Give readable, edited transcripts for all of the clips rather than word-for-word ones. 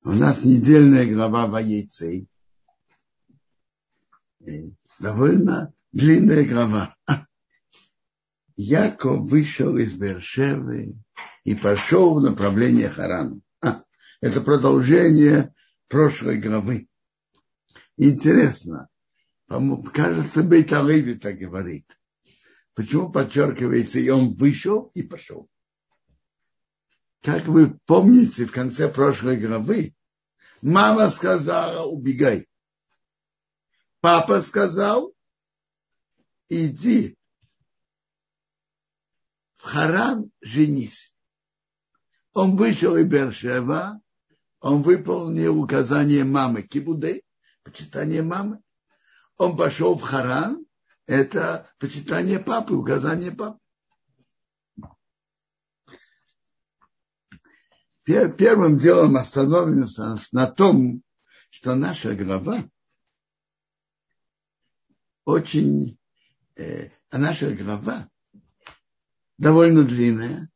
У нас недельная глава Ваейцей. Довольно длинная глава. Яков вышел из Бершевы и пошел в направлении Харана. Это продолжение прошлой главы. Интересно. Кажется, Бейт Алеви так говорит. Почему подчеркивается, и он вышел и пошел? Как вы помните, в конце прошлой главы мама сказала, убегай. Папа сказал, иди в Харан, женись. Он вышел из Бершева, он выполнил указание мамы, кибудей, почитание мамы. Он пошел в Харан, это почитание папы, указание папы. Первым делом остановимся на том, что наша глава наша глава довольно длинная,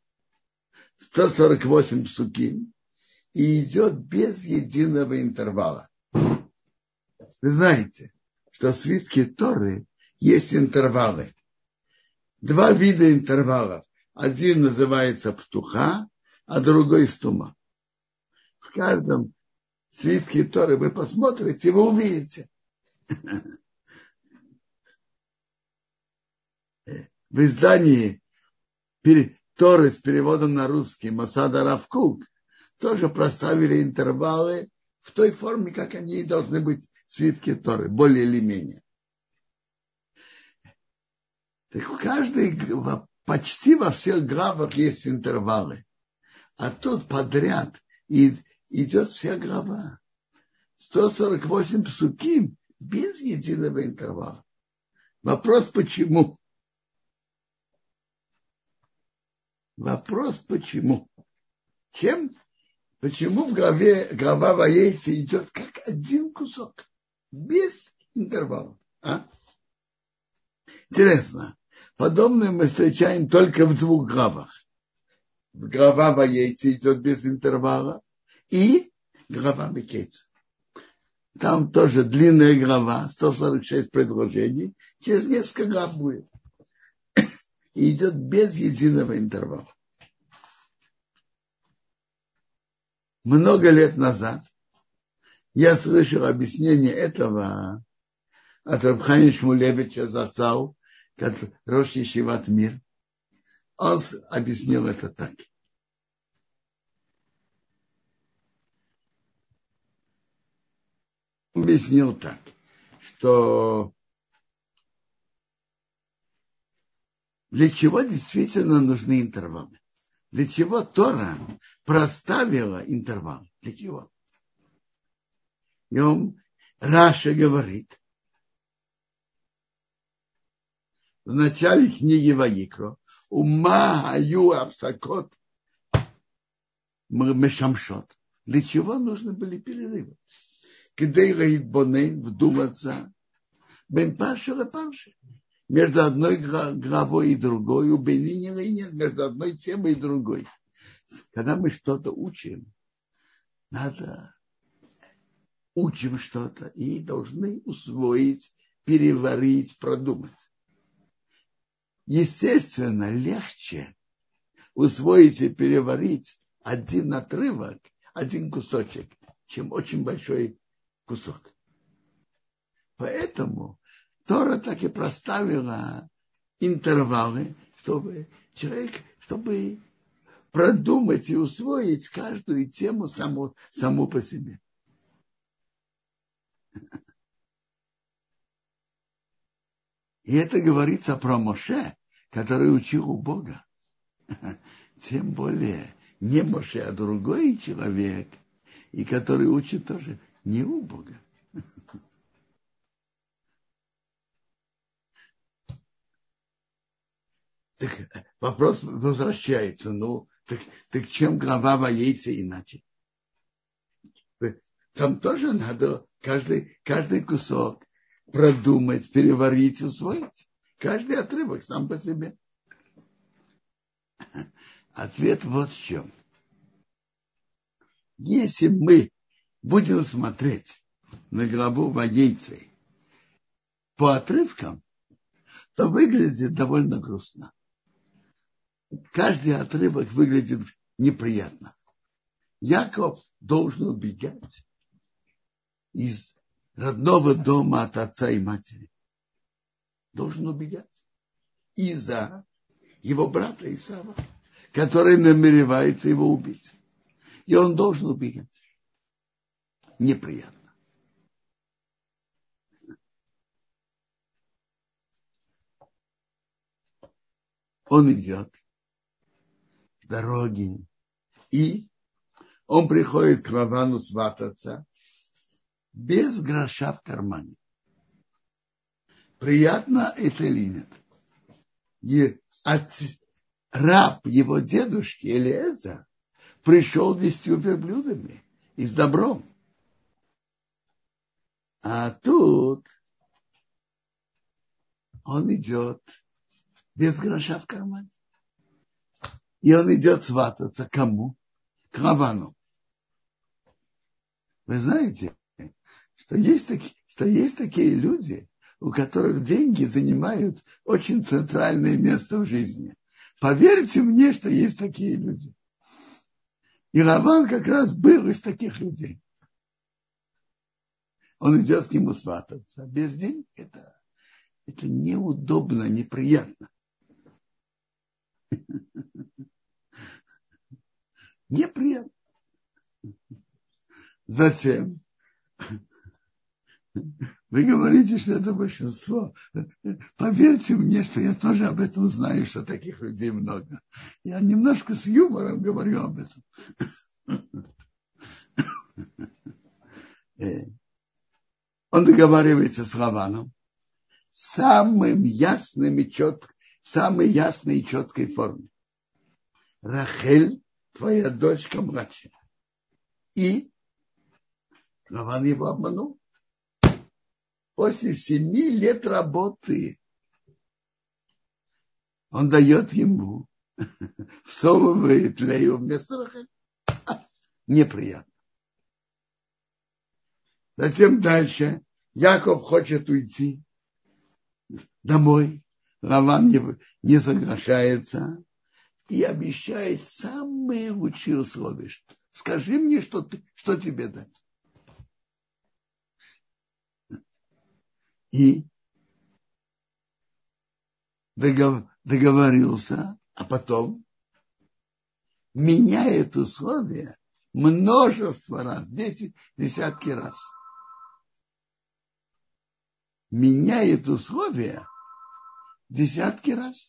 148 псуким, и идет без единого интервала. Вы знаете, что в свитке Торы есть интервалы. Два вида интервалов. Один называется птуха, а другой стума. В каждом свитке Торы вы посмотрите, вы увидите. В издании Торы с переводом на русский Масада Рав Кук тоже проставили интервалы в той форме, как они и должны быть в свитке Торы, более или менее. Так почти во всех главах есть интервалы. А тут подряд идет вся глава. 148 псуким без единого интервала. Вопрос почему? Вопрос почему? Почему глава Ваейцей идет как один кусок? Без интервала. Интересно. Подобное мы встречаем только в двух главах. Глава Ваейцей идет без интервала. И глава Микейца. Там тоже длинная глава, 146 предложений. Через несколько глав будет. И идет без единого интервала. Много лет назад я слышал объяснение этого от Рав Хаима Шмулевича Зацау, Рош Ешиват Мир. Он объяснил это так. Он объяснил так, что для чего действительно нужны интервалы? Для чего Тора проставила интервал? Для чего? И Раша говорит, в начале книги Ваикро, ума аю апсакот мешамшот. Для чего нужны были перерывы? Кедей раидбонен, вдуматься, бен паши ла паши. Между одной главой и другой, у Бенини нет, между одной темой и другой. Когда мы что-то учим, учим что-то и должны усвоить, переварить, продумать. Естественно, легче усвоить и переварить один отрывок, один кусочек, чем очень большой кусок. Поэтому Тора так и проставила интервалы, чтобы продумать и усвоить каждую тему саму по себе. И это говорится про Моше, который учил у Бога. Тем более не Моше, а другой человек, и который учит тоже не у Бога. Так вопрос возвращается. Так чем глава Ваейцей иначе? Там тоже надо каждый кусок продумать, переварить, усвоить. Каждый отрывок сам по себе. Ответ вот в чем. Если мы будем смотреть на главу Ваейцей по отрывкам, то выглядит довольно грустно. Каждый отрывок выглядит неприятно. Яков должен убегать из родного дома от отца и матери. Должен убегать из-за его брата Исава, который намеревается его убить. И он должен убегать. Неприятно. Он идет в дороге, и он приходит к Лавану свататься без гроша в кармане. Приятно это или нет? И раб его дедушки Элиэзер пришел 10 верблюдами и с добром. А тут он идет без гроша в кармане. И он идет свататься кому? К Лавану. Вы знаете, что есть такие люди, у которых деньги занимают очень центральное место в жизни. Поверьте мне, что есть такие люди. И Лаван как раз был из таких людей. Он идет к нему свататься. Без денег это неудобно, неприятно. Неприятно. Затем вы говорите, что это большинство. Поверьте мне, что я тоже об этом знаю, что таких людей много. Я немножко с юмором говорю об этом. Он договаривается с Лаваном самой ясной и четкой форме. Рахель, твоя дочка младшая. И Лаван его обманул. После 7 лет работы он дает ему, всовывает Лею вместо Рахель. Неприятно. Затем дальше Яков хочет уйти домой. Лаван не соглашается и обещает самые лучшие условия. Скажи мне, что тебе дать. И договорился, а потом меняет условия множество раз, десятки раз. Меняет условия десятки раз.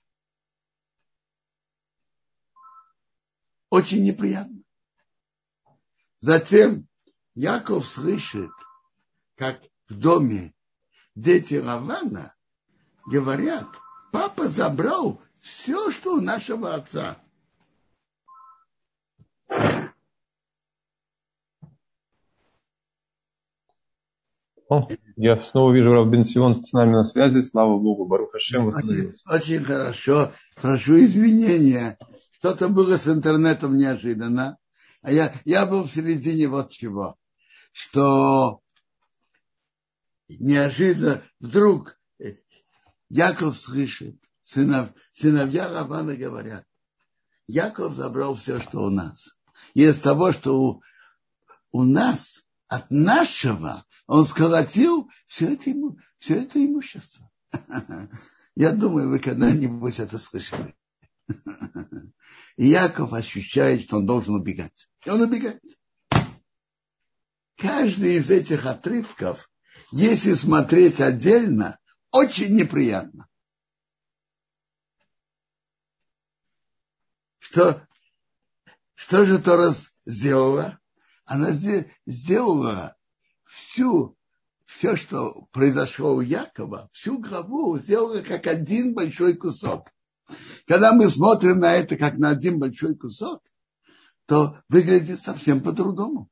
Очень неприятно. Затем Яков слышит, как в доме дети Лавана говорят: папа забрал все, что у нашего отца. Я снова вижу, Рав Бен Сион с нами на связи. Слава Богу, Барух Ашем восстановился. Очень хорошо. Прошу извинения. Что-то было с интернетом неожиданно. А я был в середине вот чего. Что неожиданно вдруг Яков слышит, сыновья Лавана говорят: Яков забрал все, что у нас. И из того, что у нас, от нашего, он сколотил все это имущество. Я думаю, вы когда-нибудь это слышали. И Яков ощущает, что он должен убегать. И он убегает. Каждый из этих отрывков, если смотреть отдельно, очень неприятно. Что же Тора сделала? Она сделала все, что произошло у Якова, всю главу сделала как один большой кусок. Когда мы смотрим на это как на один большой кусок, то выглядит совсем по-другому.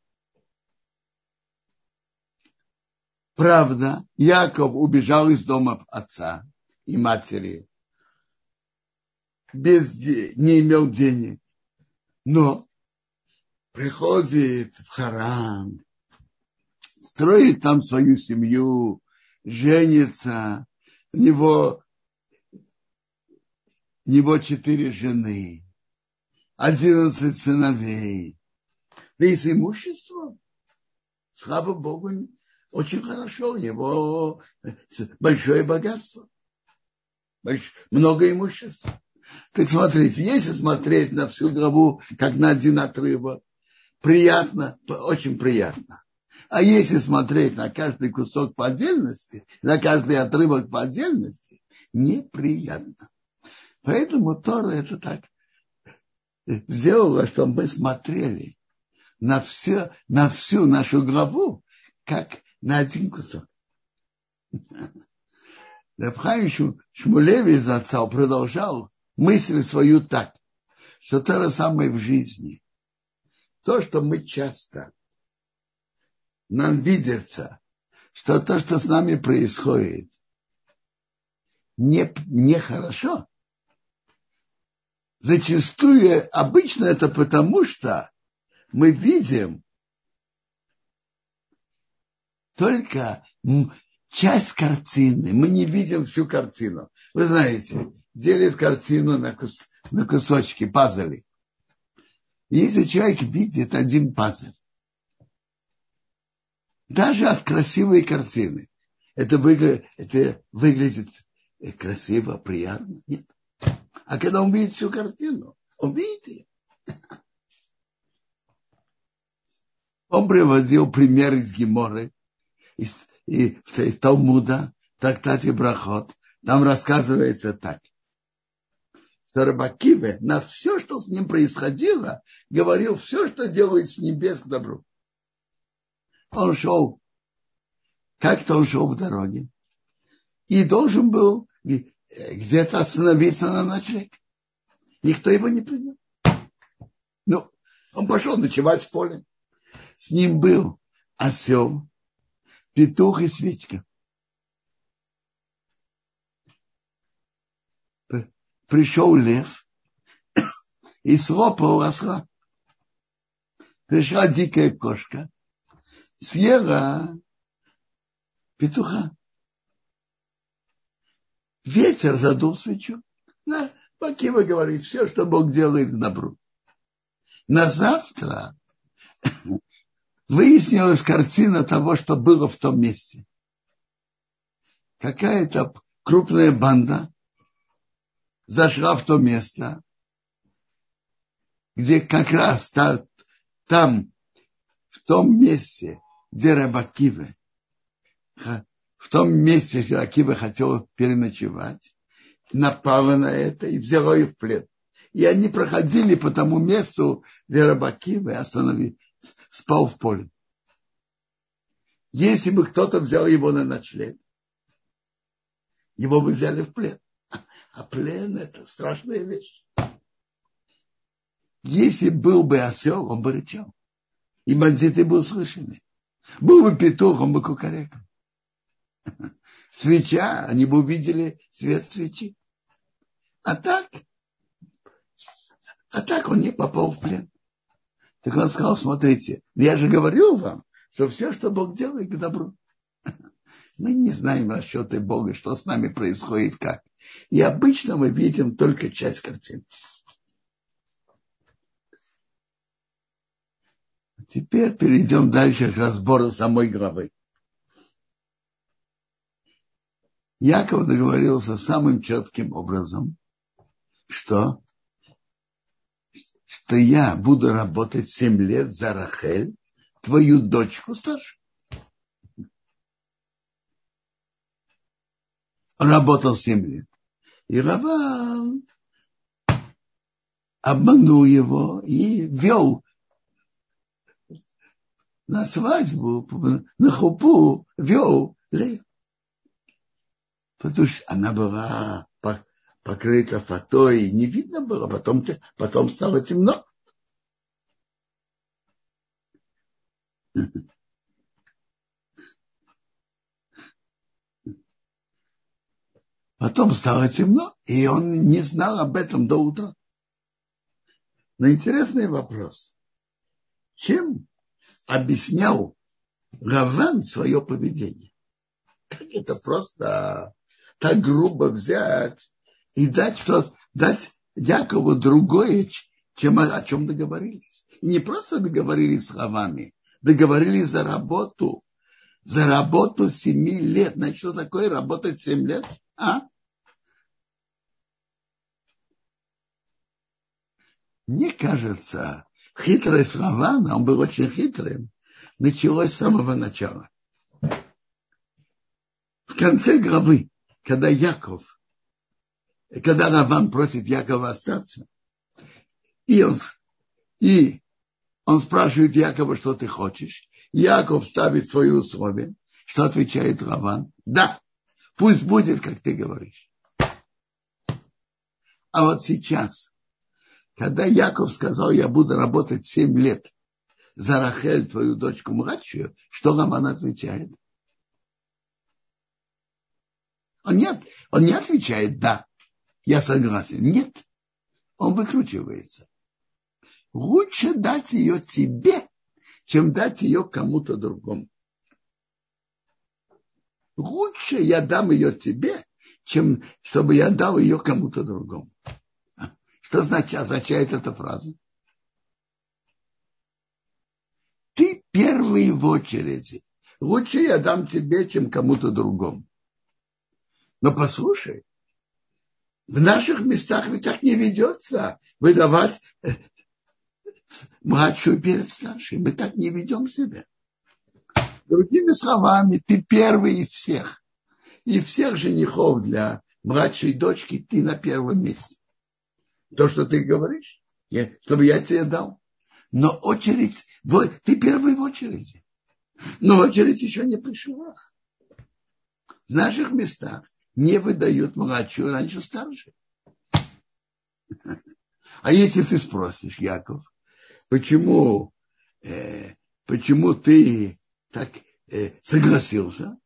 Правда, Яков убежал из дома отца и матери, не имел денег, но приходит в Харан, строит там свою семью, женится, у него 4 жены, 11 сыновей. Да и с имуществом, слава Богу, очень хорошо, у него большое богатство, много имущества. Так смотрите, если смотреть на всю главу, как на один отрывок, приятно, очень приятно. А если смотреть на каждый кусок по отдельности, на каждый отрывок по отдельности, неприятно. Поэтому Тора это так сделала, чтобы мы смотрели на всю нашу главу, как на один кусок. Рав Хаим Шмулевич Зацал продолжал мысль свою так, что то же самое в жизни. То, что мы часто нам видится, что то, что с нами происходит, нехорошо. Зачастую, обычно это потому, что мы видим только часть картины, мы не видим всю картину. Вы знаете, делят картину на кусочки, пазли. Если человек видит один пазл, даже от красивой картины, это выглядит красиво, приятно. Нет. А когда он видит всю картину, он видит ее. Он приводил пример из Геморы, из Талмуда, в трактате Брахот. Там рассказывается так, что Рав Акива на все, что с ним происходило, говорил все, что делает с небес к добру. Он шел, как-то он шел в дороге и должен был где-то остановиться на ночлег. Никто его не принял. Ну, он пошел ночевать в поле. С ним был осел, петух и свечка. Пришел лев и слопал осла. Пришла дикая кошка, съела петуха. Ветер задул свечу. Да, Акива говорит, все, что Бог делает к добру. На завтра выяснилась картина того, что было в том месте. Какая-то крупная банда зашла в то место, где как раз там, в том месте, где Рав Акива, в том месте, где Акива хотел переночевать, напала на это и взяла их в плен. И они проходили по тому месту, где Рав Акива спал в поле. Если бы кто-то взял его на ночлег, его бы взяли в плен. А плен – это страшная вещь. Если был бы осел, он бы рычал. И бандиты бы услышали. Был бы петух, он бы кукарекал. Свеча, они бы увидели свет свечи. А так он не попал в плен. Так он сказал, смотрите, я же говорил вам, что все, что Бог делает, к добру. Мы не знаем расчеты Бога, что с нами происходит, как. И обычно мы видим только часть картины. Теперь перейдем дальше к разбору самой главы. Яков договорился самым четким образом, что я буду работать 7 лет за Рахель, твою дочку старшую. Он работал 7 лет. И Лаван обманул его и вел на свадьбу, на хупу, вел Лею. Потому что она была покрыта фатой, не видно было, потом стало темно. Потом стало темно, и он не знал об этом до утра. Но интересный вопрос. чем объяснял Лаван свое поведение. Как это просто так грубо взять и дать Якову другое, чем о чем договорились. И не просто договорились словами, договорились за работу 7 лет. Значит, что такое работать 7 лет? Мне кажется, хитрость Лавана, он был очень хитрым, началось с самого начала. В конце главы, когда Лаван просит Якова остаться, и он спрашивает Якова, что ты хочешь. Яков ставит свои условия. Что отвечает Лаван? Да, пусть будет, как ты говоришь. А вот сейчас, когда Яков сказал, я буду работать 7 лет за Рахель, твою дочку младшую, что Лаван отвечает? Он не отвечает, да, я согласен. Нет, он выкручивается. Лучше дать ее тебе, чем дать ее кому-то другому. Лучше я дам ее тебе, чем чтобы я дал ее кому-то другому. Что означает эта фраза? Ты первый в очереди. Лучше я дам тебе, чем кому-то другому. Но послушай, в наших местах ведь так не ведется выдавать младшую перед старшей. Мы так не ведем себя. Другими словами, ты первый из всех. И всех женихов для младшей дочки ты на первом месте. То, что ты говоришь, чтобы я тебе дал. Но очередь, ты первый в очереди. Но очередь еще не пришла. В наших местах не выдают младшую раньше старшей. А если ты спросишь, Яков, почему ты так согласился?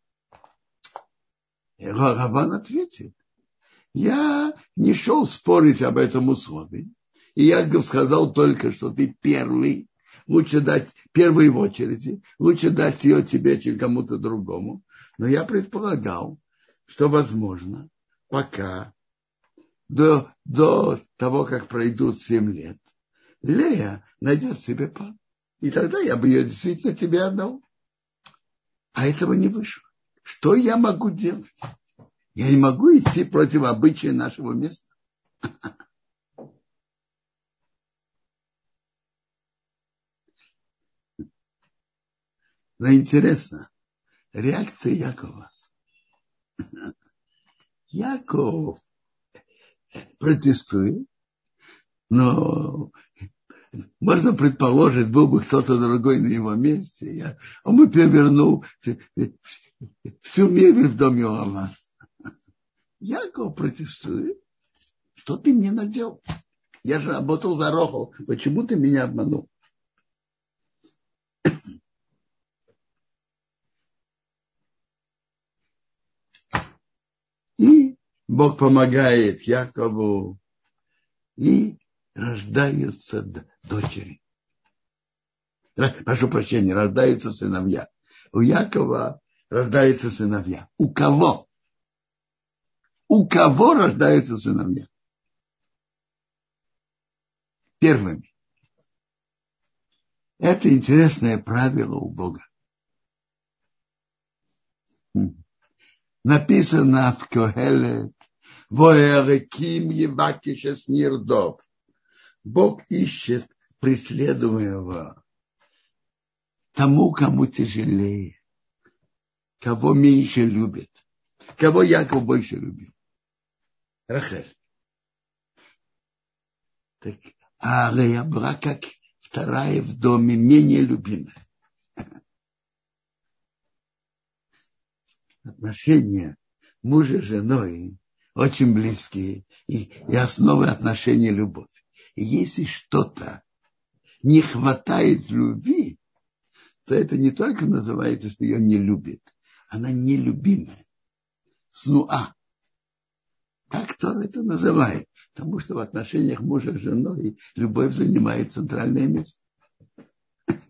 Лаван ответит, я не шел спорить об этом условии. И Яков сказал только, что ты первый, лучше дать первый в очереди, лучше дать ее тебе, чем кому-то другому. Но я предполагал, что возможно, пока до того, как пройдут 7 лет, Лея найдет себе пару. И тогда я бы ее действительно тебе отдал. А этого не вышло. Что я могу делать? Я не могу идти против обычая нашего места. Но интересно, реакция Якова. Яков протестует, но можно предположить, был бы кто-то другой на его месте. Он бы перевернул всю мебель в доме Лавана. Яков протестует. Что ты мне наделал? Я же работал за Роху. Почему ты меня обманул? И Бог помогает Якову. И рождаются дочери. Прошу прощения, рождаются сыновья. У Якова рождаются сыновья. У кого? У кого рождаются сыновья? Первыми. Это интересное правило у Бога. Написано в Кохелет, Воэреким Евакишес Нирдов. Бог ищет преследуемого тому, кому тяжелее, кого меньше любит, кого Яков больше любил. Рахель. Так, а Лея была как вторая в доме, менее любимая. Отношения мужа с женой очень близкие, и основы отношений любовь. И если что-то не хватает любви, то это не только называется, что ее не любит, она нелюбимая. Снуа. Так Тора это называет, потому что в отношениях мужа с женой любовь занимает центральное место.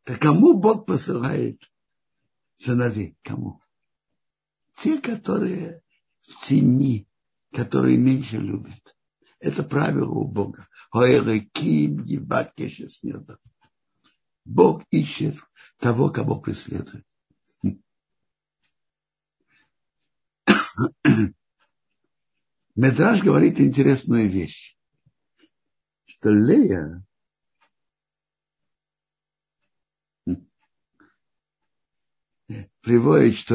Так кому Бог посылает сыновей? Кому? Те, которые в тени, которые меньше любят. Это правило у Бога. Бог ищет того, кого преследует. Медраш говорит интересную вещь, что Лея приводит, что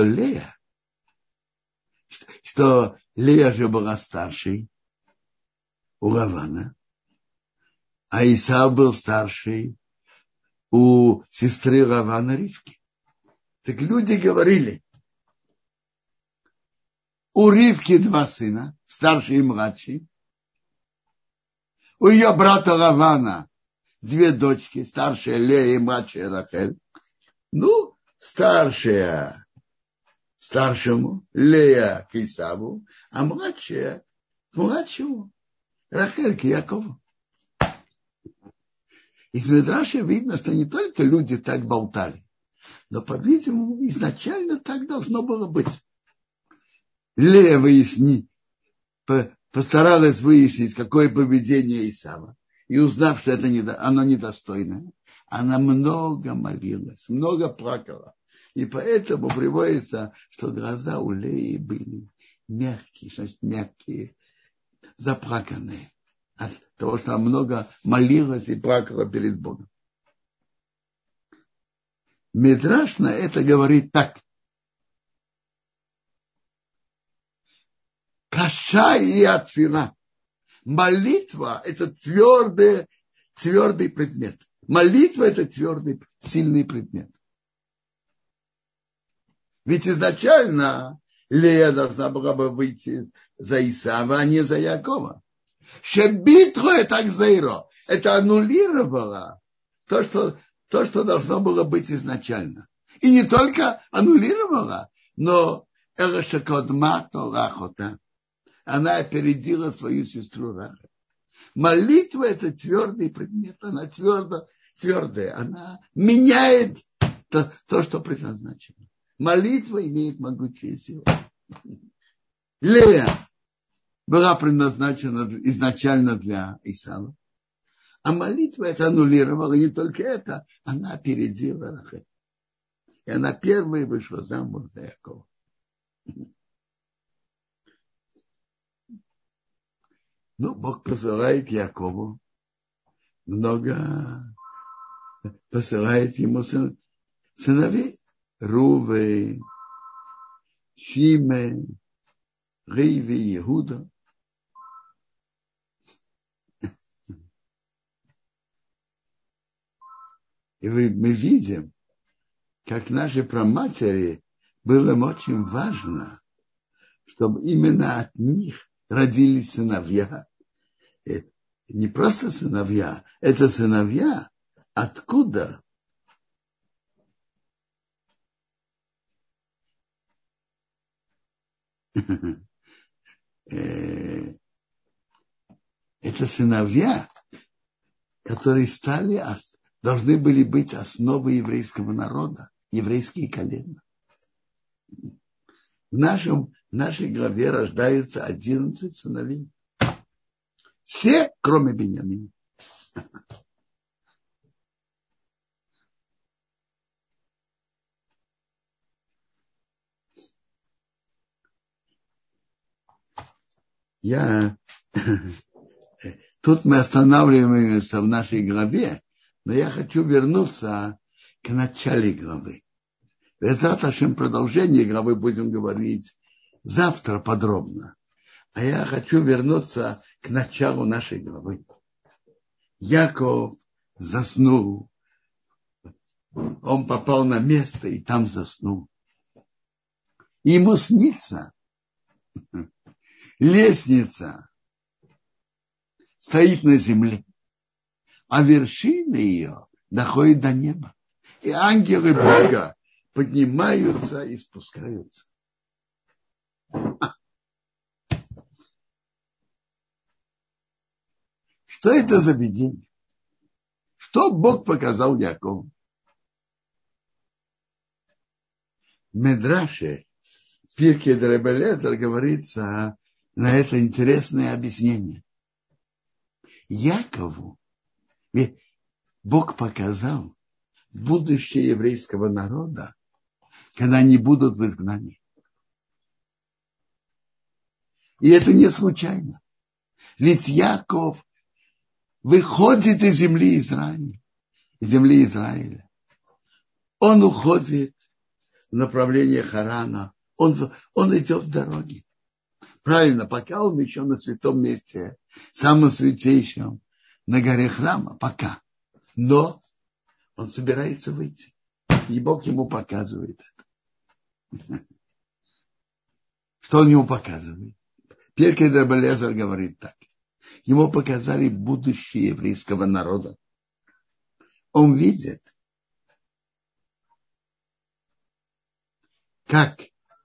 Лея же была старшей у Лавана, а Исав был старший у сестры Лавана Ривки. Так люди говорили, у Ривки 2 сына, старший и младший, у ее брата Лавана 2 дочки, старшая Лея и младшая Рахель. Ну, старшая старшему, Лея к Исаву, а младшая к младшему, Рахель к Якову. Из Мидраша видно, что не только люди так болтали, но, по-видимому, изначально так должно было быть. Лея постаралась выяснить, какое поведение Исава, и узнав, что оно недостойное, она много молилась, много плакала. И поэтому приводится, что глаза у Леи были мягкие, заплаканные. От того, что она много молилась и плакала перед Богом. Мидраш на это говорит так. Каша и атфила. Молитва – это твердый предмет. Молитва – это твердый, сильный предмет. Ведь изначально Лея должна была бы выйти за Исава, а не за Якова. Шебитро это акзейро. Это аннулировало то, что должно было быть изначально. И не только аннулировало, но элашакодмато рахота. Она опередила свою сестру Рахель. Молитва – это твердый предмет, она твердая, она меняет то, что предназначено. Молитва имеет могучие силы. Лея была предназначена изначально для Исава, а молитва это аннулировала, и не только это, она опередила Рахель. И она первой вышла замуж за Якова. Ну, Бог посылает Якову посылает ему сыновей. Рувей, Шимей, Риви, Иуда. И мы видим, как нашей праматери было очень важно, чтобы именно от них родились сыновья. И не просто сыновья, это сыновья откуда? Это сыновья, которые должны были быть основой еврейского народа, еврейские колена. В нашей главе рождаются 11 сыновей. Все, кроме Беньямина. Тут мы останавливаемся в нашей главе, но я хочу вернуться к началу главы. В продолжение главы будем говорить завтра подробно. А я хочу вернуться к началу нашей главы. Яков заснул. Он попал на место и там заснул. И ему снится лестница стоит на земле, а вершина ее доходит до неба. И ангелы Бога поднимаются и спускаются. Что это за видение? Что Бог показал Якову? Медраше Пиркей ребе Элиэзер говорится на это интересное объяснение. Якову ведь Бог показал будущее еврейского народа, когда они будут в изгнании. И это не случайно. Ведь Яков выходит из земли Израиля. Он уходит в направлении Харана. Он идет в дороге. Правильно, пока он еще на святом месте, самом святейшем, на горе храма, пока. Но он собирается выйти. И Бог ему показывает это. Что он ему показывает? Пиркей ребе Элиэзер говорит так. Ему показали будущее еврейского народа. Он видит, как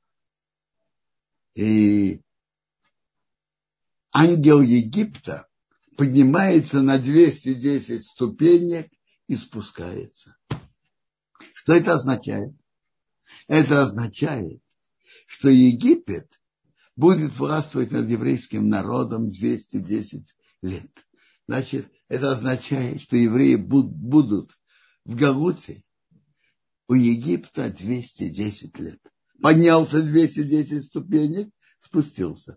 ангел Египта поднимается на 210 ступенек и спускается. Что это означает? Это означает, что Египет будет властвовать над еврейским народом 210 лет. Значит, это означает, что евреи будут в Галуте у Египта 210 лет. Поднялся 210 ступенек, спустился.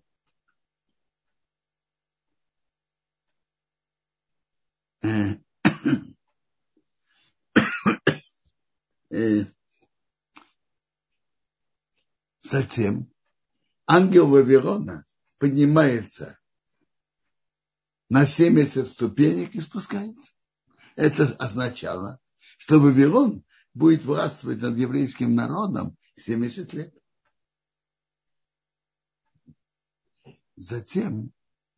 Затем ангел Вавилона поднимается на 70 ступенек и спускается. Это означало, что Вавилон будет властвовать над еврейским народом 70 лет. Затем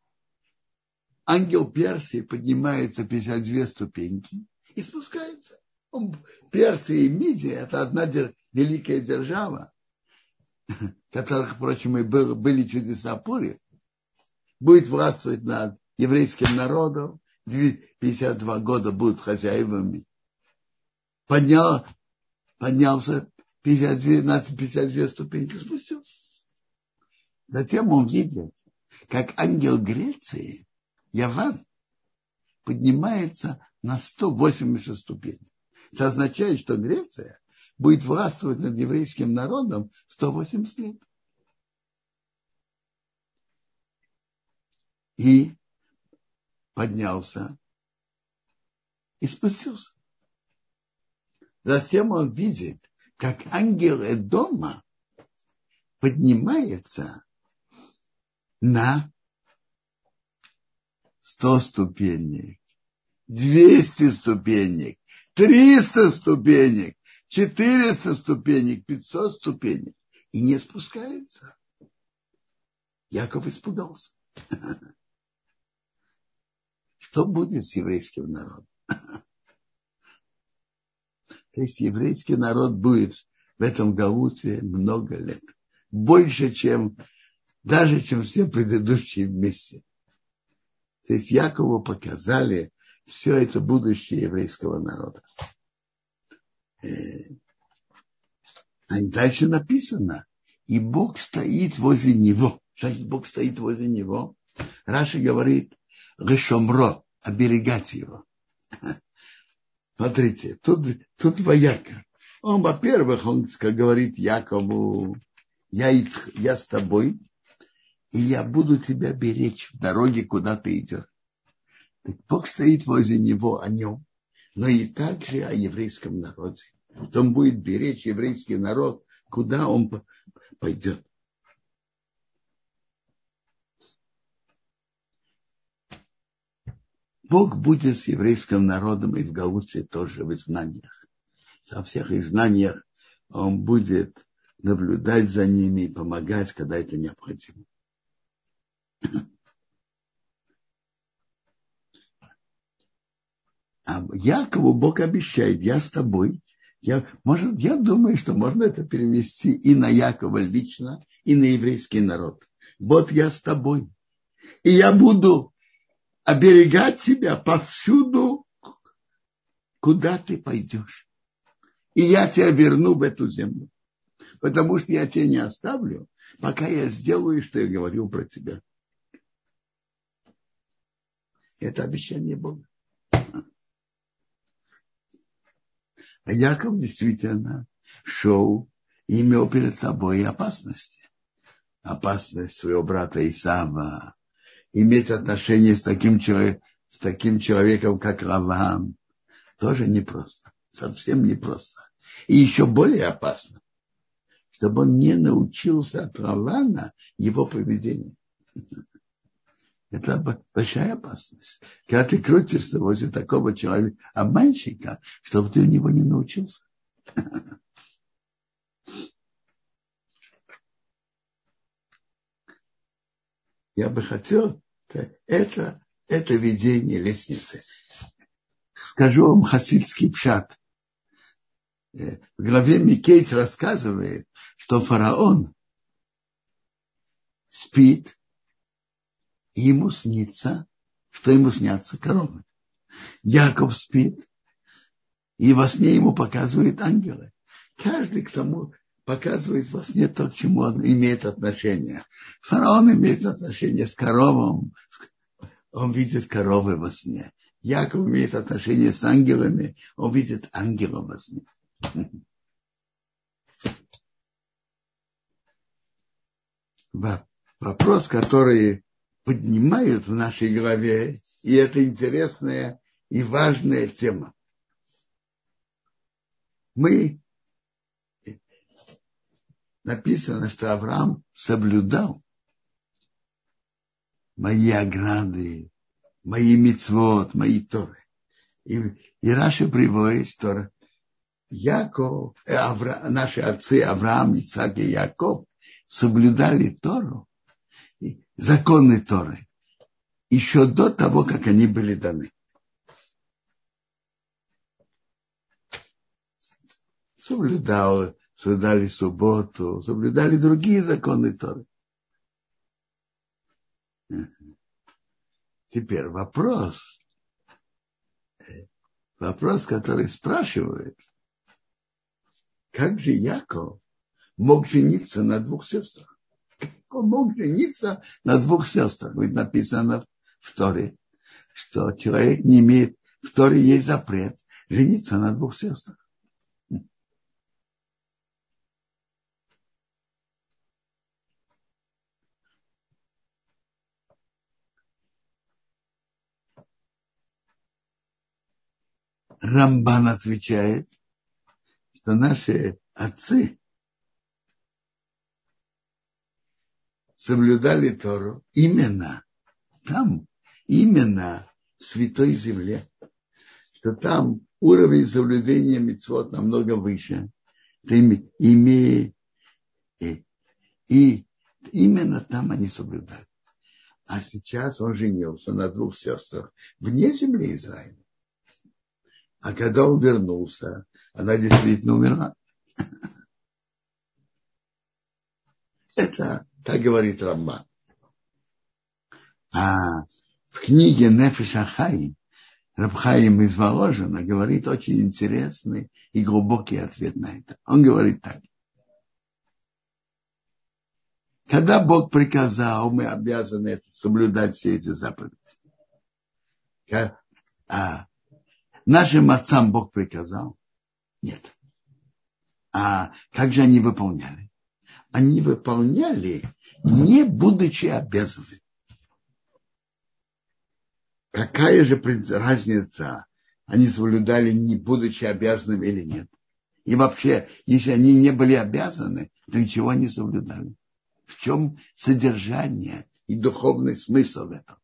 ангел Персии поднимается 52 ступеньки и спускается. Персия и Мидия – это одна великая держава, которых, впрочем, и были чудеса Пурим, будет властвовать над еврейским народом, 52 года будут хозяевами. Поднялся 52 ступеньки, спустился. Затем он видит, как ангел Греции, Яван, поднимается на 180 ступеней. Это означает, что Греция будет властвовать над еврейским народом 180 лет. И поднялся и спустился. Затем он видит, как ангел Эдома поднимается на 100 ступенек, 200 ступенек, 300 ступенек, 400 ступенек, 500 ступенек. И не спускается. Яков испугался. Что будет с еврейским народом? То есть еврейский народ будет в этом галуте много лет. Больше, чем все предыдущие вместе. То есть Якову показали все это будущее еврейского народа. А дальше написано, и Бог стоит возле него. Значит, Бог стоит возле него. Раши говорит, решомро, оберегать его. Смотрите, тут двояко. Он, во-первых, он говорит Якову, я с тобой, и я буду тебя беречь в дороге, куда ты идешь. Так Бог стоит возле него, о нем, но и также о еврейском народе. Он будет беречь еврейский народ, куда он пойдет. Бог будет с еврейским народом и в Галуте тоже в изгнаниях. Во всех изгнаниях он будет наблюдать за ними и помогать, когда это необходимо. А Якову Бог обещает, я с тобой. Я думаю, что можно это перевести и на Якова лично, и на еврейский народ. Вот я с тобой. И я буду оберегать тебя повсюду, куда ты пойдешь. И я тебя верну в эту землю. потому что я тебя не оставлю, пока я сделаю, что я говорил про тебя. Это обещание Бога. А Яков действительно шел и имел перед собой опасности. Опасность своего брата Исава, иметь отношения с таким человеком, как Лаван, тоже непросто, совсем непросто. И еще более опасно, чтобы он не научился от Лавана его поведению. Это большая опасность. Когда ты крутишься возле такого человека, обманщика, чтобы ты у него не научился. Я бы хотел это видение лестницы. Скажу вам хасидский пшат. В главе Микейц рассказывает, что фараон спит, и ему снится, что ему снятся коровы. Яков спит, и во сне ему показывают ангелы. Каждый к тому показывает во сне то, к чему он имеет отношение. Фараон имеет отношение с коровом, он видит коровы во сне. Яков имеет отношение с ангелами, он видит ангелов во сне. Вопрос, который поднимают в нашей главе, и это интересная и важная тема. Написано, что Авраам соблюдал мои ограды, мои мицвот, мои торы. И Раши приводит, что наши отцы Авраам, Ицхак и Яков соблюдали Тору, законы Торы, еще до того, как они были даны. Соблюдали субботу, соблюдали другие законы Торы. Теперь вопрос, который спрашивает, как же Яков мог жениться на двух сестрах? Как он мог жениться на двух сестрах? Ведь написано в Торе, что человек не имеет, в Торе есть запрет жениться на двух сестрах. Рамбан отвечает, что наши отцы соблюдали Тору именно там, именно в Святой Земле, что там уровень соблюдения мицвот намного выше. И именно там они соблюдали. А сейчас он женился на двух сестрах вне земли Израиля. А когда он вернулся, она действительно умерла. Это так говорит Рамбан. А в книге Нефеш ха-Хаим Рав Хаим из Воложина говорит очень интересный и глубокий ответ на это. Он говорит так. Когда Бог приказал, мы обязаны соблюдать все эти заповеди. Нашим отцам Бог приказал? Нет. А как же они выполняли? Они выполняли, не будучи обязаны. Какая же разница, они соблюдали, не будучи обязанными или нет? И вообще, если они не были обязаны, то чего они соблюдали? В чем содержание и духовный смысл этого?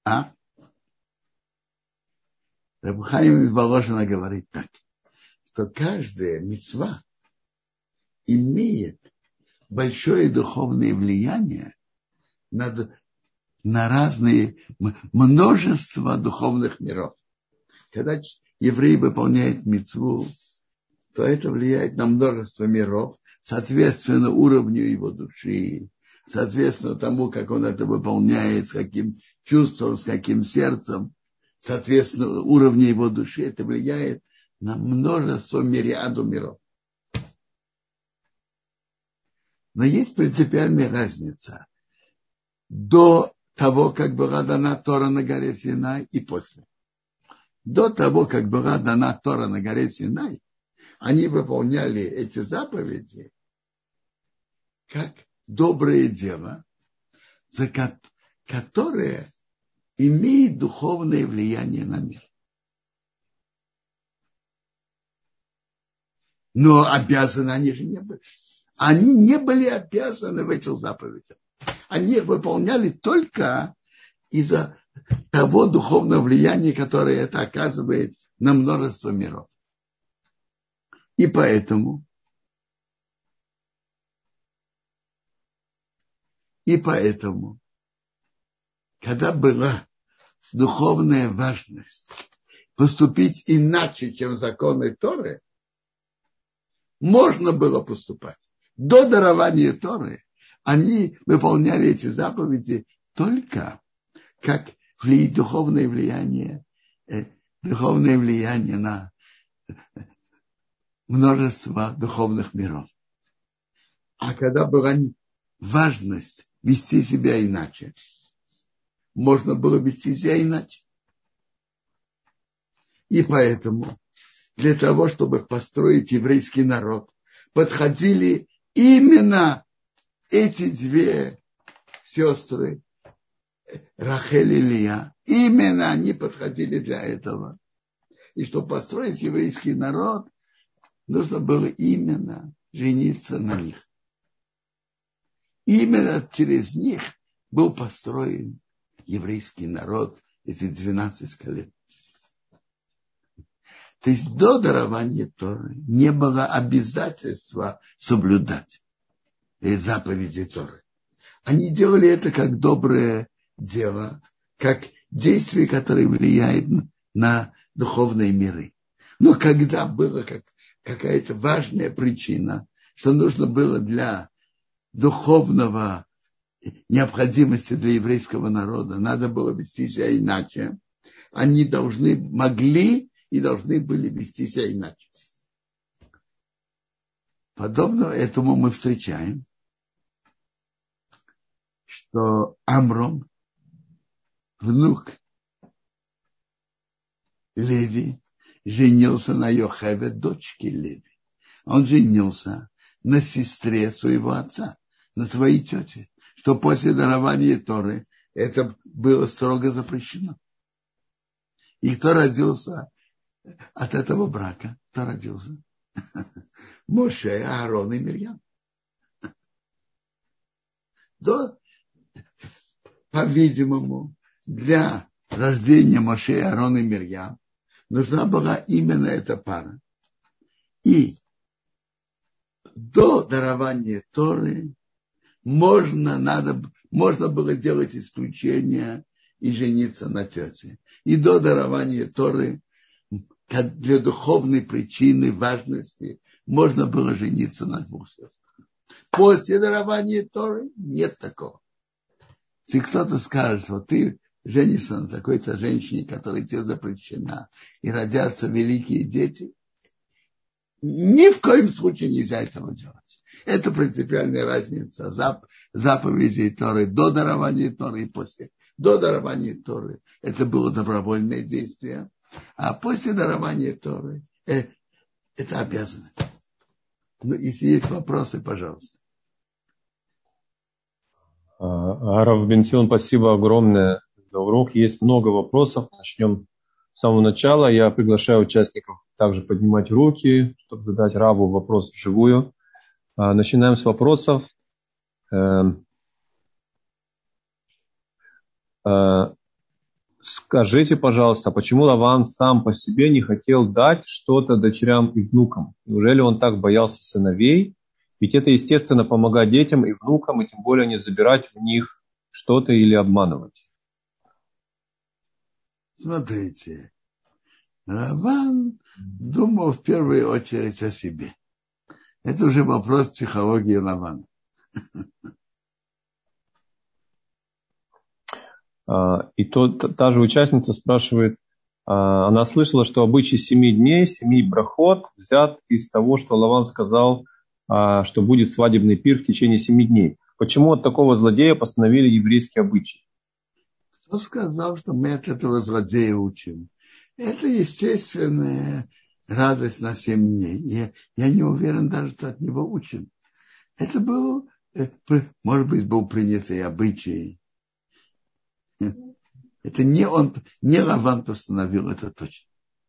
Рав Хаим из Воложина говорит так, что каждая мицва имеет большое духовное влияние на разные, множество духовных миров. Когда еврей выполняет мицву, то это влияет на множество миров, соответственно уровню его души, соответственно тому, как он это выполняет, с каким чувством, с каким сердцем, соответственно уровню его души, это влияет на множество мириаду миров. Но есть принципиальная разница. До того, как была дана Тора на горе Синай, и после. До того, как была дана Тора на горе Синай, они выполняли эти заповеди как доброе дело, которое имеет духовное влияние на мир. Но обязаны они же не были. Они не были обязаны в этих заповедях. Они их выполняли только из-за того духовного влияния, которое это оказывает на множество миров. И поэтому когда была духовная важность поступить иначе, чем законы Торы, можно было поступать. До дарования Торы они выполняли эти заповеди только как духовное влияние на множество духовных миров. А когда была важность вести себя иначе, можно было вести себя иначе. И поэтому для того, чтобы построить еврейский народ, подходили именно эти две сестры, Рахель и Лия. Именно они подходили для этого. И чтобы построить еврейский народ, нужно было именно жениться на них. Именно через них был построен еврейский народ, эти 12 колен. То есть до дарования Торы не было обязательства соблюдать заповеди Торы. Они делали это как доброе дело, как действие, которое влияет на духовные миры. Но когда была какая-то важная причина, что нужно было для духовного необходимости для еврейского народа, надо было вести себя иначе, они могли и должны были вести себя иначе. Подобно этому мы встречаем, что Амром, внук Леви, женился на Йохеве, дочке Леви. Он женился на сестре своего отца, на своей тете, что после дарования Торы это было строго запрещено. И кто родился от этого брака? Кто родился? Моше, Аарон и Мирьям. По-видимому, для рождения Моше, Аарона и Мирьям нужна была именно эта пара. И до дарования Торы можно было делать исключения и жениться на тете. И до дарования Торы для духовной причины важности можно было жениться на двух сестрах. После дарования Торы нет такого. Если кто-то скажет, что ты женишься на такой-то женщине, которая тебе запрещена, и родятся великие дети, ни в коем случае нельзя этого делать. Это принципиальная разница заповедей Торы до дарования Торы и после. До дарования Торы это было добровольное действие, а после дарования Торы это обязанность. Ну, если есть вопросы, пожалуйста. Рав Бенцион, спасибо огромное за урок. Есть много вопросов. Начнем с самого начала. Я приглашаю участников также поднимать руки, чтобы задать Раву вопрос вживую. Начинаем с вопросов. Скажите, пожалуйста, почему Лаван сам по себе не хотел дать что-то дочерям и внукам? Неужели он так боялся сыновей? Ведь это, естественно, помогать детям и внукам, и тем более не забирать у них что-то или обманывать. Смотрите, Лаван думал в первую очередь о себе. Это уже вопрос психологии Лавана. И та же участница спрашивает, она слышала, что обычай 7 дней, 7 брахот взят из того, что Лаван сказал что будет свадебный пир в течение 7 дней. Почему от такого злодея постановили еврейские обычаи? Кто сказал, что мы от этого злодея учим? Это естественная радость на 7 дней. Я не уверен даже, что от него учим. Это был, может быть, был принятый обычай. Это не Лаван постановил, это точно.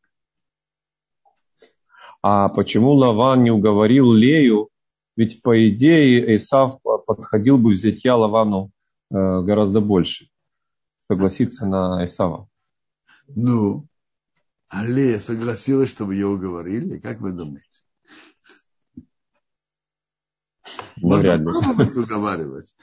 А почему Лаван не уговорил Лею? Ведь, по идее, Эсав подходил бы взятия Лавану гораздо больше. Согласиться на Эсава. Ну, а Лея согласилась, чтобы ее уговорили? Как вы думаете? Можно пробовать уговаривать.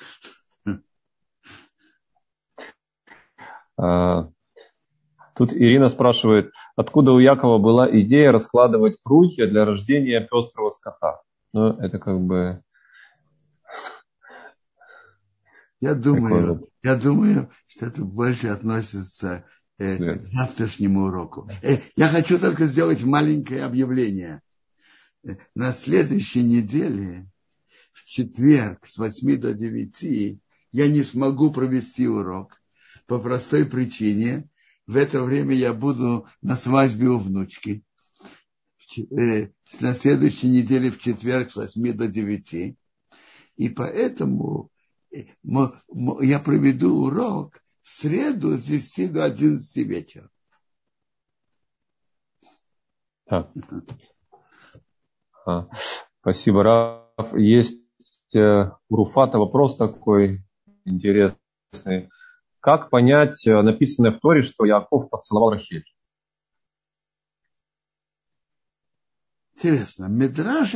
Тут Ирина спрашивает, откуда у Якова была идея раскладывать руки для рождения пестрого скота? Ну, это как бы... Я думаю, что это больше относится к завтрашнему уроку. Я хочу только сделать маленькое объявление. На следующей неделе, в четверг, с 8 до 9, я не смогу провести урок по простой причине. В это время я буду на свадьбе у внучки. На следующей неделе, в четверг, с 8 до 9. И поэтому я проведу урок в среду с 10 до 11 вечера. Спасибо, Раф. Есть у Руфата вопрос такой интересный. Как понять написанное в Торе, что Яаков поцеловал Рахиль? Интересно. Мидраш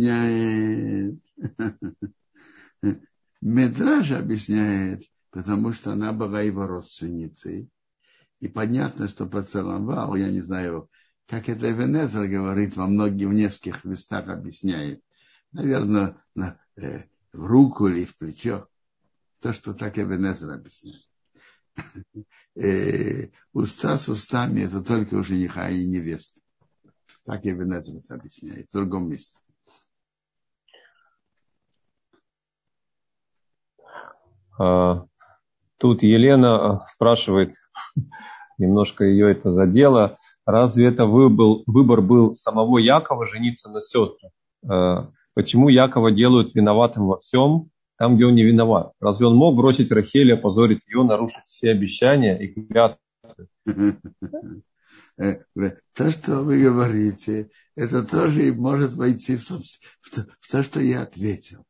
объясняет, потому что она была его родственницей. И понятно, что поцеловал, я не знаю, как это Эбен-Эзра говорит, в нескольких местах объясняет. Наверное, в руку или в плечо. То, что так Эбен-Эзра объясняет. Уста с устами – это только у жениха и невесты. Так Эбен-Эзра это объясняет в другом месте. Тут Елена спрашивает, немножко ее это задело, разве это выбор был самого Якова жениться на сестрах? Почему Якова делают виноватым во всем, там, где он не виноват? Разве он мог бросить Рахель, опозорить ее, нарушить все обещания и клятвы? То, что вы говорите, это тоже может войти в то, что я ответил.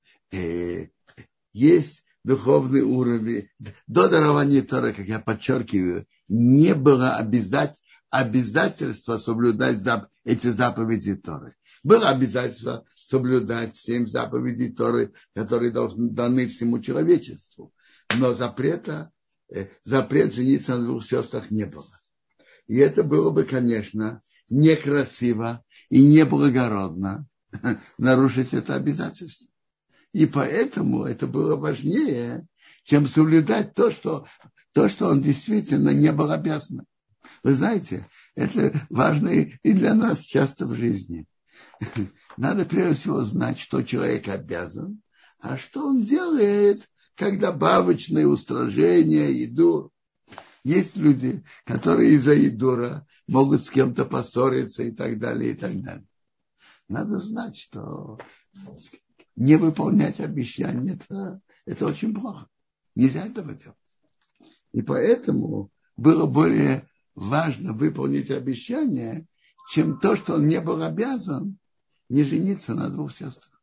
Есть духовный уровень. До дарования Торы, как я подчеркиваю, не было обязательства соблюдать эти заповеди Торы. Было обязательство соблюдать 7 заповедей Торы, которые даны всему человечеству. Но запрет жениться на 2 сестрах не было. И это было бы, конечно, некрасиво и неблагородно нарушить это обязательство. И поэтому это было важнее, чем соблюдать то, что он действительно не был обязан. Вы знаете, это важно и для нас часто в жизни. Надо прежде всего знать, что человек обязан, а что он делает, как добавочные устражения, идур. Есть люди, которые из-за идура могут с кем-то поссориться и так далее, и так далее. Надо знать, что не выполнять обещания это очень плохо. Нельзя этого делать. И поэтому было более важно выполнить обещание, чем то, что он не был обязан не жениться на 2 сестрах.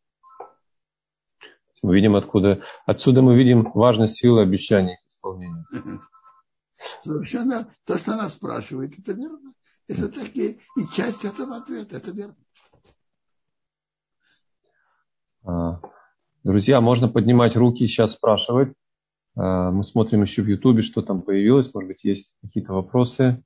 Мы видим, отсюда мы видим важность силы обещаний к исполнению. Совершенно то, что она спрашивает, это верно. Это такие и часть этого ответа, это верно. Друзья, можно поднимать руки, сейчас спрашивать. Мы смотрим еще в Ютубе, что там появилось. Может быть, есть какие-то вопросы.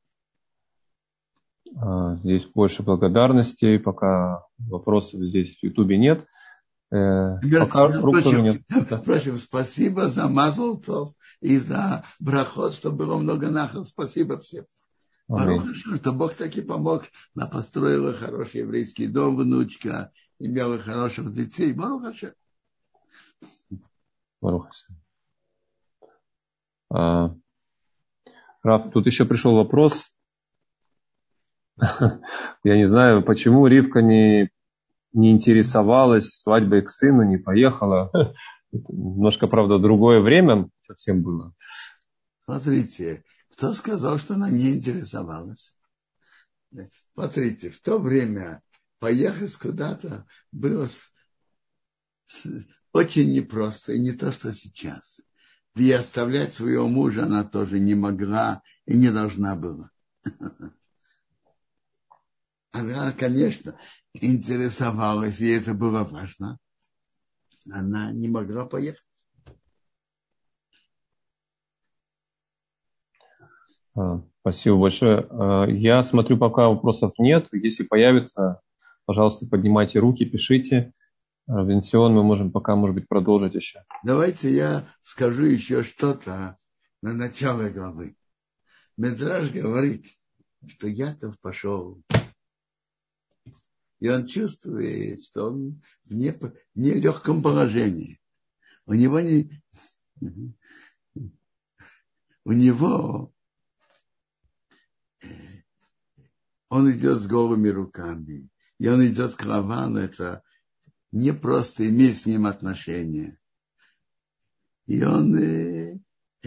Здесь больше благодарности. Пока вопросов здесь в Ютубе нет. Пока рук тоже нет. Впрочем, спасибо за мазал тов и за брахот, что было много нахал. Спасибо всем. Что Бог таки помог. Она построила хороший еврейский дом, внучка. имела хороших детей. Барух Ашем. Барух Ашем. Рав, тут еще пришел вопрос. Я не знаю, почему Ривка не интересовалась свадьбой к сыну, не поехала. Немножко, правда, другое время совсем было. Смотрите, кто сказал, что она не интересовалась? Смотрите, в то время поехать куда-то было очень непросто, и не то, что сейчас. Да и оставлять своего мужа она тоже не могла и не должна была. Она, конечно, интересовалась, и это было важно. Она не могла поехать. Спасибо большое. Я смотрю, пока вопросов нет. Если появится, пожалуйста, поднимайте руки, пишите. Венсион, мы можем пока, может быть, продолжить еще. Давайте я скажу еще что-то на начало главы. Медраш говорит, что Яков пошел, и он чувствует, что он в нелегком положении. У него он идет с голыми руками, и он идет к Лавану, это не просто иметь с ним отношения. И он,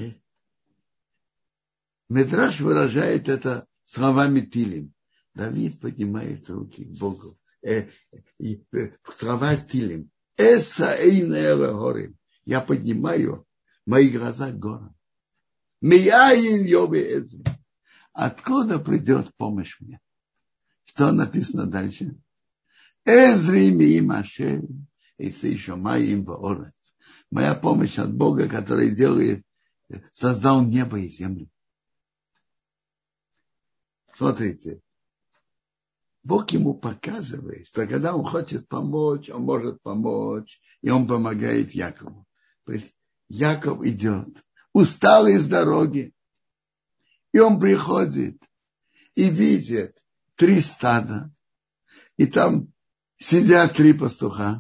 Медраш выражает это словами Тилим. Давид поднимает руки к Богу. Слова Тилим. Эса эйнэра горим. Я поднимаю мои глаза к горам. Мияин йоби эзри. Откуда придет помощь мне? Что написано дальше? Эзри миим ашем, если еще маим ваорец. Моя помощь от Бога, который создал небо и землю. Смотрите, Бог ему показывает, что когда он хочет помочь, он может помочь, и он помогает Якову. Яков идет, усталый с дороги, и он приходит и видит 3 стада, и там сидят 3 пастуха.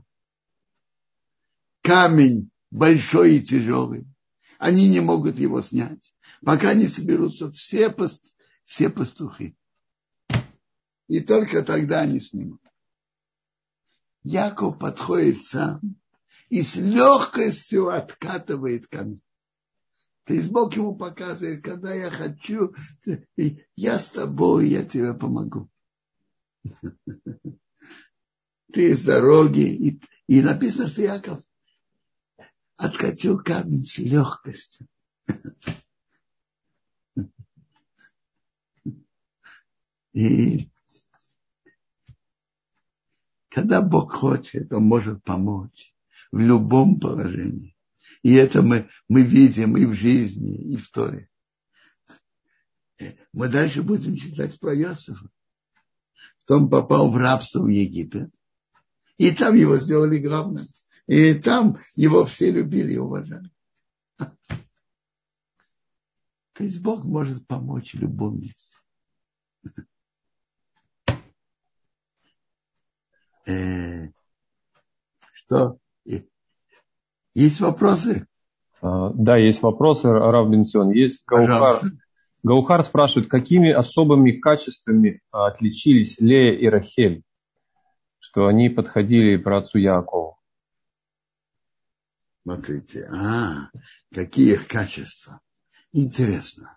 Камень большой и тяжелый. Они не могут его снять, пока не соберутся все пастухи. И только тогда они снимут. Яков подходит сам и с легкостью откатывает камень. То есть Бог ему показывает, когда я хочу, я с тобой, я тебе помогу. Ты с дороги. И написано, что Яков откатил камень с легкостью. И когда Бог хочет, Он может помочь в любом положении. И это мы видим и в жизни, и в Торе. Мы дальше будем читать про Иосифа. Он попал в рабство в Египет. И там его сделали главным. И там его все любили и уважали. То есть Бог может помочь в любом месте. Что? Есть вопросы? Да, есть вопросы, Рав Бенсион. Есть Гаухар спрашивает, какими особыми качествами отличились Лея и Рахель, что они подходили праотцу Яакову? Смотрите, какие их качества. Интересно.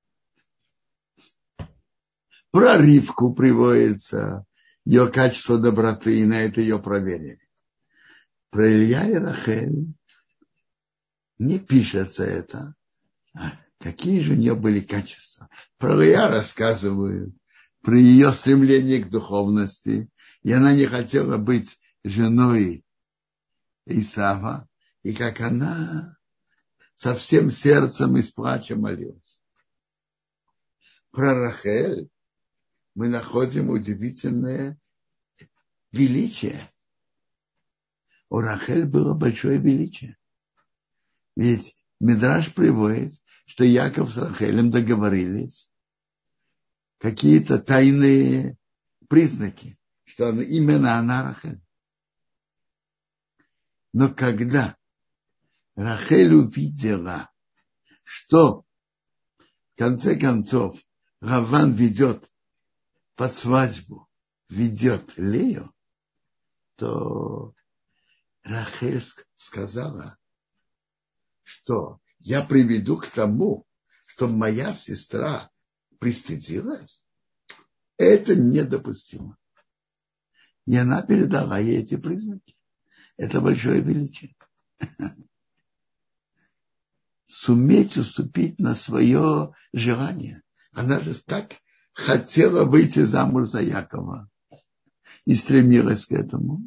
Про Ривку приводится ее качество доброты, и на это ее проверили. Про Илья и Рахель не пишется это. Какие же у нее были качества? Про Илья рассказывают, про ее стремление к духовности, и она не хотела быть женой Исава, и как она со всем сердцем и с плачем молилась. Про Рахель мы находим удивительное величие. У Рахель было большое величие. Ведь Мидраш приводит, что Яков с Рахелем договорились какие-то тайные признаки, что именно она Рахель. Но когда Рахель увидела, что в конце концов Лаван ведет под свадьбу, ведет Лею, то Рахель сказала, что я приведу к тому, что моя сестра пристыдилась. Это недопустимо. И она передала ей эти признаки. Это большое величие. Суметь уступить на свое желание. Она же так хотела выйти замуж за Якова и стремилась к этому.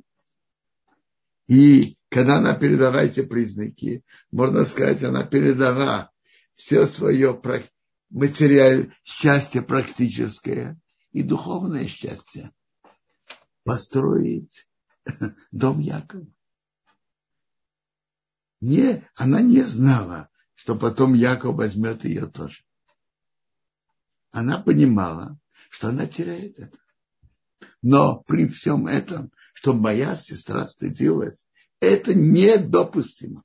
И когда она передала эти признаки, можно сказать, она передала все свое счастье практическое и духовное счастье. Построить дом Якова. Она не знала, что потом Яков возьмет ее тоже. Она понимала, что она теряет это. Но при всем этом, что моя сестра стыдилась, это недопустимо.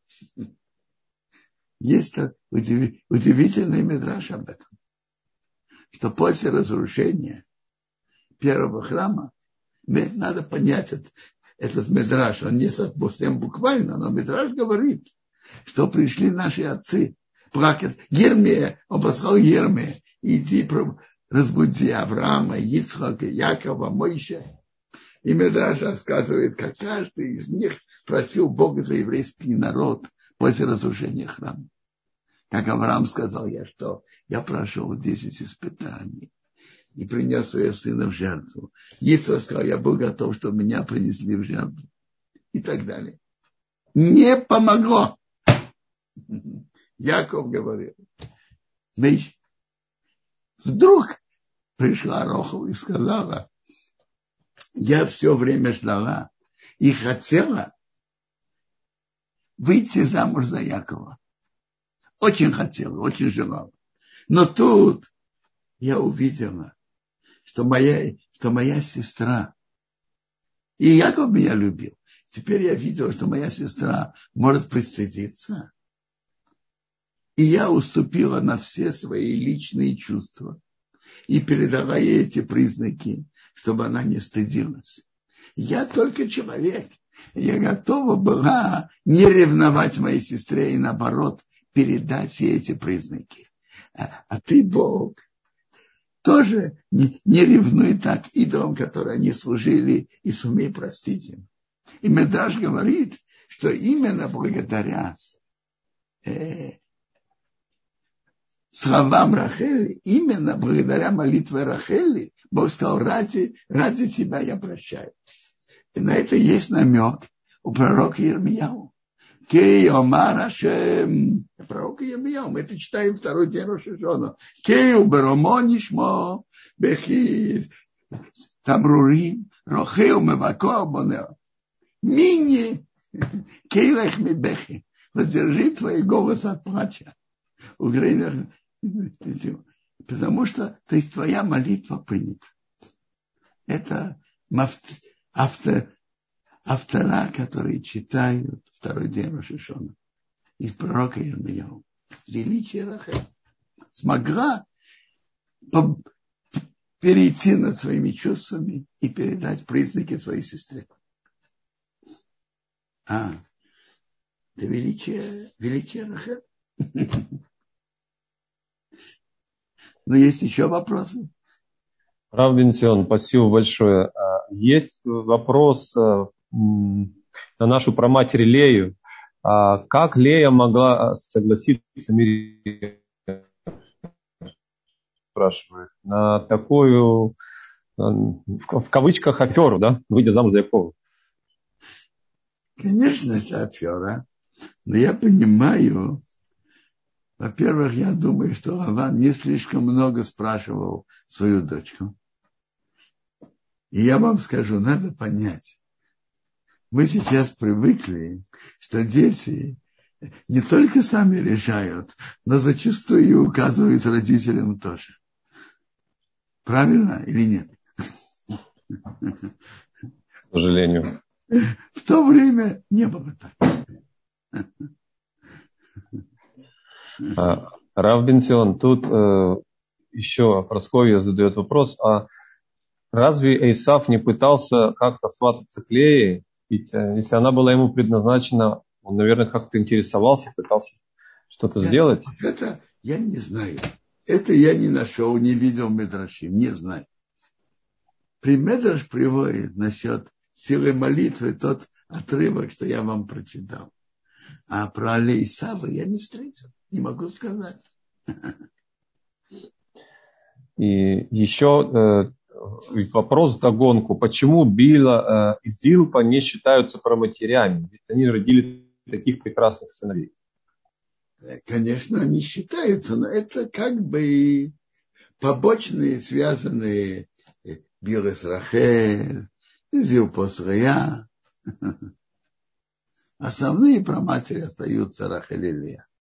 Есть удивительный мидраш об этом, что после разрушения первого храма, надо понять этот мидраш, он не совсем буквально, но мидраш говорит, что пришли наши отцы плакать. Ермия, он послал Ермия, иди разбуди Авраама, Ицхака, Якова, Моше. И мидраш рассказывает, как каждый из них просил Бога за еврейский народ после разрушения храма. Как Авраам сказал, я прошел 10 испытаний и принес своего сына в жертву. Ицхак сказал, я был готов, чтобы меня принесли в жертву. И так далее. Не помогло. Яков говорил. Вдруг пришла Роху и сказала, я все время ждала и хотела выйти замуж за Якова. Очень хотела, очень желала. Но тут я увидела, что моя сестра, и Яков меня любил. Теперь я видела, что моя сестра может пристыдиться. И я уступила на все свои личные чувства и передала ей эти признаки, чтобы она не стыдилась. Я только человек. Я готова была не ревновать моей сестре и, наоборот, передать ей эти признаки. А ты, Бог, тоже не ревнуй так идолам, которые они служили, и сумей простить им. И Мидраш говорит, что именно благодаря словам Рахели, именно благодаря молитве Рахели, Бог сказал, ради тебя я прощаю. И на это есть намек у пророка Йирмияу. Кей омар Ашем. Пророк Йирмияу. Мы это читаем второй день Рош ха-Шана. Кей уберомо нишмо бехи тамрурим рохеу мевако абонео. Мини кейлех ми бехи. Воздержи твой голос от плача. Потому что, то есть, твоя молитва принята. Это автора, которые читают второй день Рош ха-Шана из пророка Йирмияу. Величие Рахель смогла перейти над своими чувствами и передать признаки своей сестре. Это величие Рахель. Но есть еще вопросы? Рав Бенсион, спасибо большое. Есть вопрос на нашу праматерь Лею. Как Лея могла согласиться, Мири спрашивает, на такую, в кавычках, аферу, да, выйдя замуж за Якова? Конечно, это афера. Но я понимаю, во-первых, я думаю, что Лаван не слишком много спрашивал свою дочку. И я вам скажу, надо понять. Мы сейчас привыкли, что дети не только сами решают, но зачастую и указывают родителям тоже. Правильно или нет? К сожалению. В то время не было так. Рав Бенцион, тут еще Прасковья задает вопрос, а разве Эйсав не пытался как-то свататься к Лее? Ведь если она была ему предназначена, он, наверное, как-то интересовался, пытался что-то сделать. Это я не знаю. Это я не нашел, не видел Медрашим, не знаю. Медраш приводит насчет силы молитвы тот отрывок, что я вам прочитал. А про Эйсава я не встретил, не могу сказать. И еще вопрос вдогонку. Почему Била и Зилпа не считаются праматерями? Ведь они родили таких прекрасных сыновей. Конечно, они считаются, но это как бы побочные, связанные Била с Рахель, Зилпа с Рея. Основные праматери остаются Рахель и Лея.